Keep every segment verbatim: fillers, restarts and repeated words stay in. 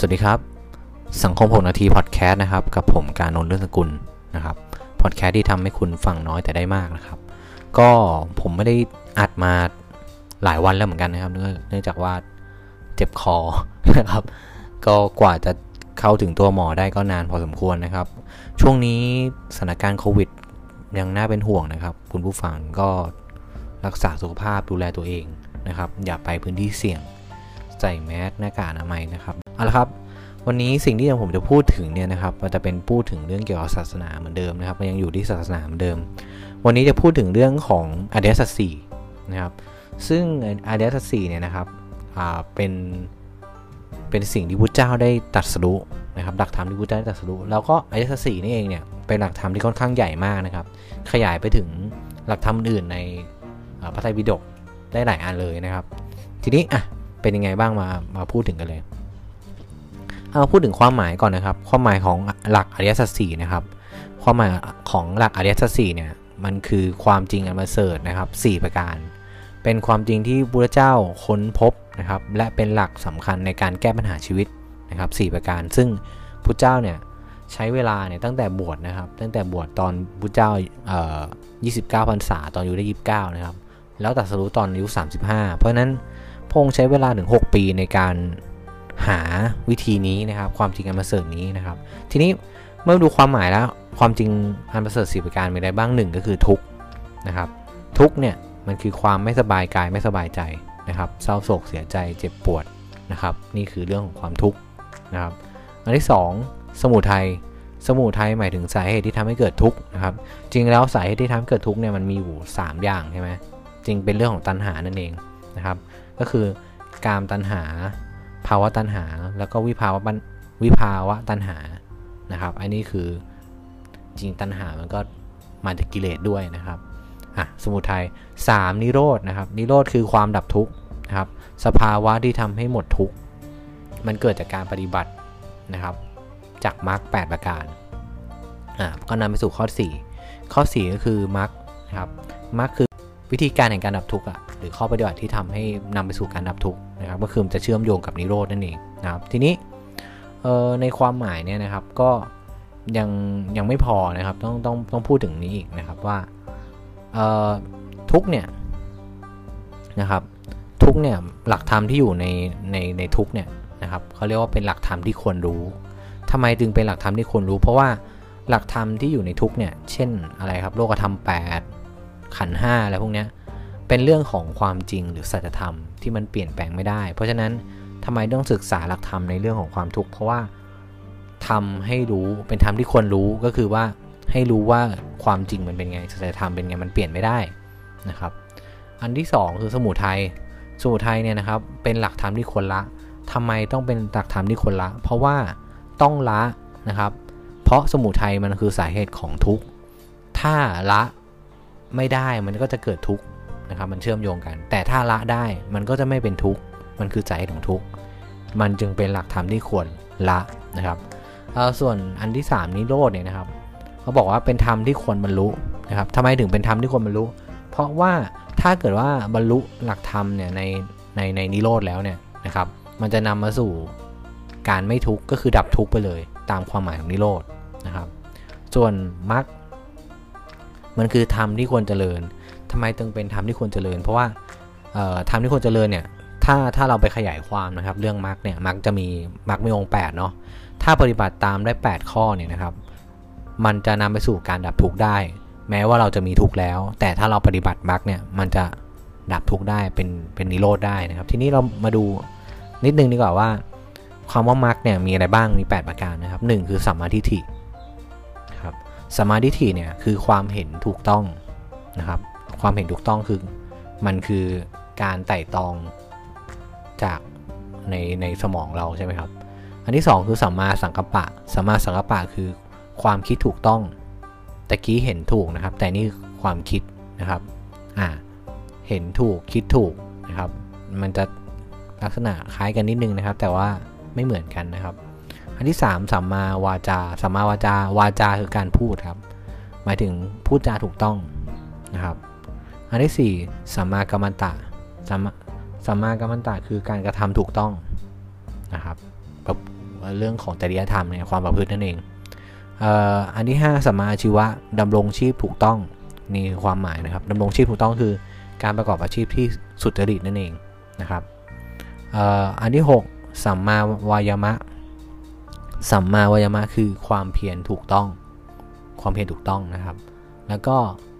สวัสดีครับสังคมหกนาทีพอดแคสต์นะครับกับผมกานนท์ เลื่อนสกุลนะครับพอดแคสต์ที่ทำให้คุณฟังน้อยแต่ได้มากนะครับก็ผมไม่ได้อัดมาหลายวันแล้วเหมือนกันนะครับเนื่องจากว่าเจ็บคอนะครับก็กว่าจะเข้าถึงตัวหมอได้ก็นานพอสมควรนะครับช่วงนี้สถานการณ์โควิดยังน่าเป็นห่วงนะครับคุณผู้ฟังก็รักษาสุขภาพดูแลตัวเองนะครับอย่าไปพื้นที่เสี่ยงใส่แมสหน้ากากอนามัยนะครับเอาละครับวันนี้สิ่งที่ผมจะพูดถึงเนี่ยนะครับมันจะเป็นพูดถึงเรื่องเกี่ยวกับศาสนาเหมือนเดิมนะครับยังอยู่ที่ศาสนาเหมือนเดิมวันนี้จะพูดถึงเรื่องของอริยสัจสี่นะครับซึ่งอริยสัจสี่เนี่ยนะครับอ่าเป็นเป็นสิ่งที่พุทธเจ้าได้ตรัสรู้นะครับหลักธรรมที่พุทธเจ้าได้ตรัสรู้แล้วก็อริยสัจสี่นี่เองเนี่ยเป็นหลักธรรมที่ค่อนข้างใหญ่มากนะครับขยายไปถึงหลักธรรมอื่นในพระไตรปิฎกได้หลายอันเลยนะครับทีนี้อ่ะเป็นยังไงบ้างมามาพูดถึงกันเลยเอาพูดถึงความหมายก่อนนะครับความหมายของหลักอริยสัจสี่นะครับความหมายของหลักอริยสัจสี่เนี่ยมันคือความจริงอันประเสริฐนะครับสี่ประการเป็นความจริงที่พระพุทธเจ้าค้นพบนะครับและเป็นหลักสำคัญในการแก้ปัญหาชีวิตนะครับสี่ประการซึ่งพุทธเจ้าเนี่ยใช้เวลาเนี่ยตั้งแต่บวชนะครับตั้งแต่บวชตอนพุทธเจ้าเอ่อยี่สิบเก้าพรรษาตอนอายุได้ยี่สิบเก้านะครับแล้วตรัสรู้ตอนอายุสามสิบห้าเพราะฉะนั้นพระองค์ใช้เวลาถึงหกปีในการหาวิธีนี้นะครับความจริงอันประเสริฐนี้นะครับทีนี้เมื่อดูความหมายแล้วความจริงอันประเสริฐสี่ประการมีอะไรบ้างหนึ่งก็คือทุกข์นะครับทุกข์เนี่ยมันคือความไม่สบายกายไม่สบายใจนะครับเศร้าโศกเสียใจเจ็บปวดนะครับนี่คือเรื่องของความทุกข์นะครับอันที่สองสมุทัยสมุทัยหมายถึงสาเหตุที่ทำให้เกิดทุกข์นะครับจริงแล้วสาเหตุที่ทำให้เกิดทุกข์เนี่ยมันมีอยู่สามอย่างใช่ไหมจริงเป็นเรื่องของตัณหานั่นเองนะครับก็คือกามตัณหาภาวะตัณหาแล้วก็วิภาวะวิภาวะตัณหานะครับอันนี้คือจริงตัณหามันก็มาจากกิเลสด้วยนะครับอ่ะสมุทัยสามนิโรธนะครับนิโรธคือความดับทุกข์นะครับสภาวะที่ทำให้หมดทุกข์มันเกิดจากการปฏิบัตินะครับจากมรรคแปดประการอ่ะก็นำไปสู่ข้อสี่ข้อสี่ก็คือมรรคนะครับมรรคคือวิธีการแห่งการดับทุกข์อ่ะหรือข้อปฏิบัติที่ทำให้นำไปสู่การดับทุกข์นะครับก็คือมันจะเชื่อมโยงกับนิโรธนั่นเองนะครับทีนี้ในความหมายเนี่ยนะครับก็ยังยังไม่พอนะครับต้องต้องต้องพูดถึงนี้อีกนะครับว่าทุกเนี่ยนะครับทุกเนี่ยหลักธรรมที่อยู่ในในในทุกเนี่ยนะครับเขาเรียกว่าเป็นหลักธรรมที่ควรรู้ทำไมจึงเป็นหลักธรรมที่ควรรู้เพราะว่าหลักธรรมที่อยู่ในทุกเนี่ยเช่นอะไรครับโลกธรรมแปดขันธ์ห้าอะไรพวกนี้เป็นเรื่องของความจริงหรือสัจธรรมที่มันเปลี่ยนแปลงไม่ได้เพราะฉะนั้นทำไมต้องศึกษาหลักธรรมในเรื่องของความทุกข์เพราะว่าทำให้รู้เป็นธรรมที่ควรรู้ก็คือว่าให้รู้ว่าความจริงมันเป็นไงสัจธรรมเป็นไงมันเปลี่ยนไม่ได้นะครับอันที่สองคือสมุทัยสมุทัยเนี่ยนะครับเป็นหลักธรรมที่ควรละทำไมต้องเป็นหลักธรรมที่ควรละเพราะว่าต้องละนะครับเพราะสมุทัยมันคือสาเหตุของทุกข์ถ้าละไม่ได้มันก็จะเกิดทุกข์นะครับมันเชื่อมโยงกันแต่ถ้าละได้มันก็จะไม่เป็นทุกข์มันคือสาเหตุของทุกข์มันจึงเป็นหลักธรรมที่ควรละนะครับส่วนอันที่สามนิโรธเนี่ยนะครับเขาบอกว่าเป็นธรรมที่ควรบรรลุนะครับทำไมถึงเป็นธรรมที่ควรบรรลุเพราะว่าถ้าเกิดว่าบรรลุหลักธรรมเนี่ยในในในนิโรธแล้วเนี่ยนะครับมันจะนำมาสู่การไม่ทุกข์ก็คือดับทุกข์ไปเลยตามความหมายของนิโรธนะครับส่วนมรรคมันคือธรรมที่ควรเจริญทำไมจึงเป็นธรรมที่ควรเจริญเพราะว่าธรรมที่ควรเจริญเนี่ยถ้าถ้าเราไปขยายความนะครับเรื่องมรรคเนี่ยมรรคจะมีมรรคมีองค์แปดเนาะถ้าปฏิบัติตามได้แปดข้อเนี่ยนะครับมันจะนำไปสู่การดับทุกข์ได้แม้ว่าเราจะมีทุกข์แล้วแต่ถ้าเราปฏิบัติมรรคเนี่ยมันจะดับทุกข์ได้เป็นเป็นนิโรธได้นะครับทีนี้เรามาดูนิดนึงดีกว่าว่าความว่ามรรคเนี่ยมีอะไรบ้างมีแปดประการนะครับหนึ่งคือสัมมาทิฏฐิครับสัมมาทิฏฐิเนี่ยคือความเห็นถูกต้องนะครับความเห็นถูกต้องคือมันคือการไต่ตองจากในในสมองเราใช่ไหมครับอันที่สองคือสัมมาสังกัปปะสัมมาสังกัปปะคือความคิดถูกต้องตะกี้เห็นถูกนะครับแต่นี่ความคิดนะครับอ่าเห็นถูกคิดถูกนะครับมันจะลักษณะคล้ายกันนิดนึงนะครับแต่ว่าไม่เหมือนกันนะครับอันที่สามสัมมาวาจาสัมมาวาจาวาจาคือการพูดครับหมายถึงพูดจาถูกต้องนะครับอันที่สี่สัมมากัมมันตะสัมมาสัมมากัมมันตะคือการกระทำถูกต้องนะครับแบบเรื่องของจริยธรรมเนี่ยความประพฤตินั่นเองเอ่ออันที่ห้าสัมมาอาชีวะดำรงชีพถูกต้องนี่ความหมายนะครับดำรงชีพถูกต้องคือการประกอบอาชีพที่สุจริตนั่นเองนะครับเอ่ออันที่หกสัมมาวายามะสัมมาวายามะคือความเพียรถูกต้องความเพียรถูกต้องนะครับแล้วก็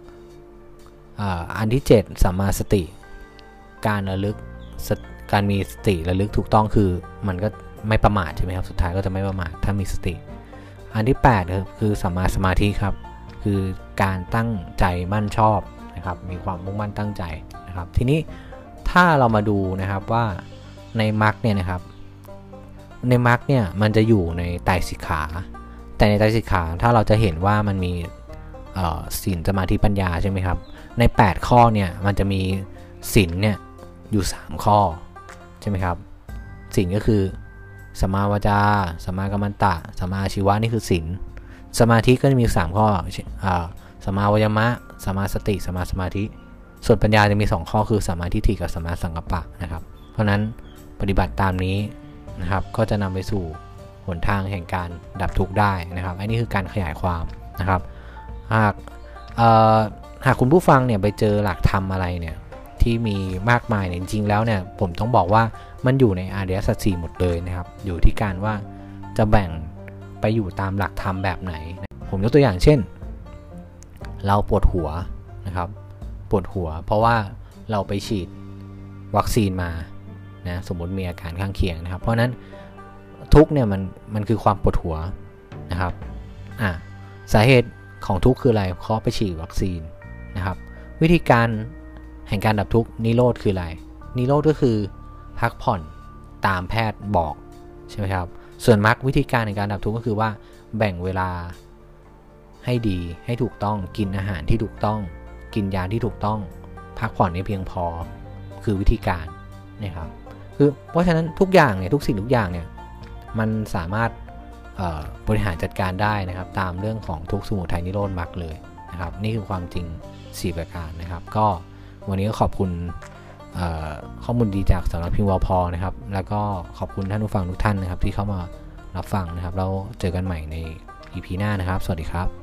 อันที่เจ็ดสัมมาสติการระลึกการมีสติระลึกถูกต้องคือมันก็ไม่ประมาทใช่ไหมครับสุดท้ายก็จะไม่ประมาทถ้ามีสติอันที่แปดคือสัมมาสมาธิครับคือการตั้งใจมั่นชอบนะครับมีความมุ่งมั่นตั้งใจนะครับทีนี้ถ้าเรามาดูนะครับว่าในมรรคเนี่ยนะครับในมรรคเนี่ยมันจะอยู่ในไตรสิกขาแต่ในไตรสิกขาถ้าเราจะเห็นว่ามันมีศีลสมาธิปัญญาใช่ไหมครับในแปดข้อเนี่ยมันจะมีศีลเนี่ยอยู่สามข้อใช่ไหมครับศีลก็คือสัมมาวาจาสัมมากัมมันตะสัมมาอาชีวะนี่คือศีลสมาธิก็จะมีสามข้อสัมมาวายามะสัมมาสติสัมมาสมาธิส่วนปัญญาจะมีสองข้อคือสัมมาทิฏฐิกับสัมมาสังกัปปะนะครับเพราะนั้นปฏิบัติตามนี้นะครับก็จะนำไปสู่หนทางแห่งการดับทุกข์ได้นะครับอันนี้คือการขยายความนะครับหากหากคุณผู้ฟังเนี่ยไปเจอหลักธรรมอะไรเนี่ยที่มีมากมายเนี่ยจริงๆแล้วเนี่ยผมต้องบอกว่ามันอยู่ในอริยสัจสี่หมดเลยนะครับอยู่ที่การว่าจะแบ่งไปอยู่ตามหลักธรรมแบบไหนผมยกตัวอย่างเช่นเราปวดหัวนะครับปวดหัวเพราะว่าเราไปฉีดวัคซีนมานะสมมติมีอาการข้างเคียงนะครับเพราะนั้นทุกเนี่ยมันมันคือความปวดหัวนะครับอ่ะสาเหตุของทุกข์คืออะไรเพราะไปฉีดวัคซีนนะครับวิธีการแห่งการดับทุกข์นิโรธคืออะไรนิโรธก็คือพักผ่อนตามแพทย์บอกใช่ไหมครับส่วนมรรควิธีการในการดับทุกข์ก็คือว่าแบ่งเวลาให้ดีให้ถูกต้องกินอาหารที่ถูกต้องกินยาที่ถูกต้องพักผ่อนให้เพียงพอคือวิธีการนะครับคือเพราะฉะนั้นทุกอย่างเนี่ยทุกสิ่งทุกอย่างเนี่ยมันสามารถบริหารจัดการได้นะครับตามเรื่องของทุกข์สมุทัยนิโรธมรรคเลยนะครับนี่คือความจริงสี่ประการนะครับก็วันนี้ก็ขอบคุณข้อมูลดีจากสำนักพิมพ์วพนะครับแล้วก็ขอบคุณท่านผู้ฟังทุกท่านนะครับที่เข้ามารับฟังนะครับเราเจอกันใหม่ใน อี พี หน้านะครับสวัสดีครับ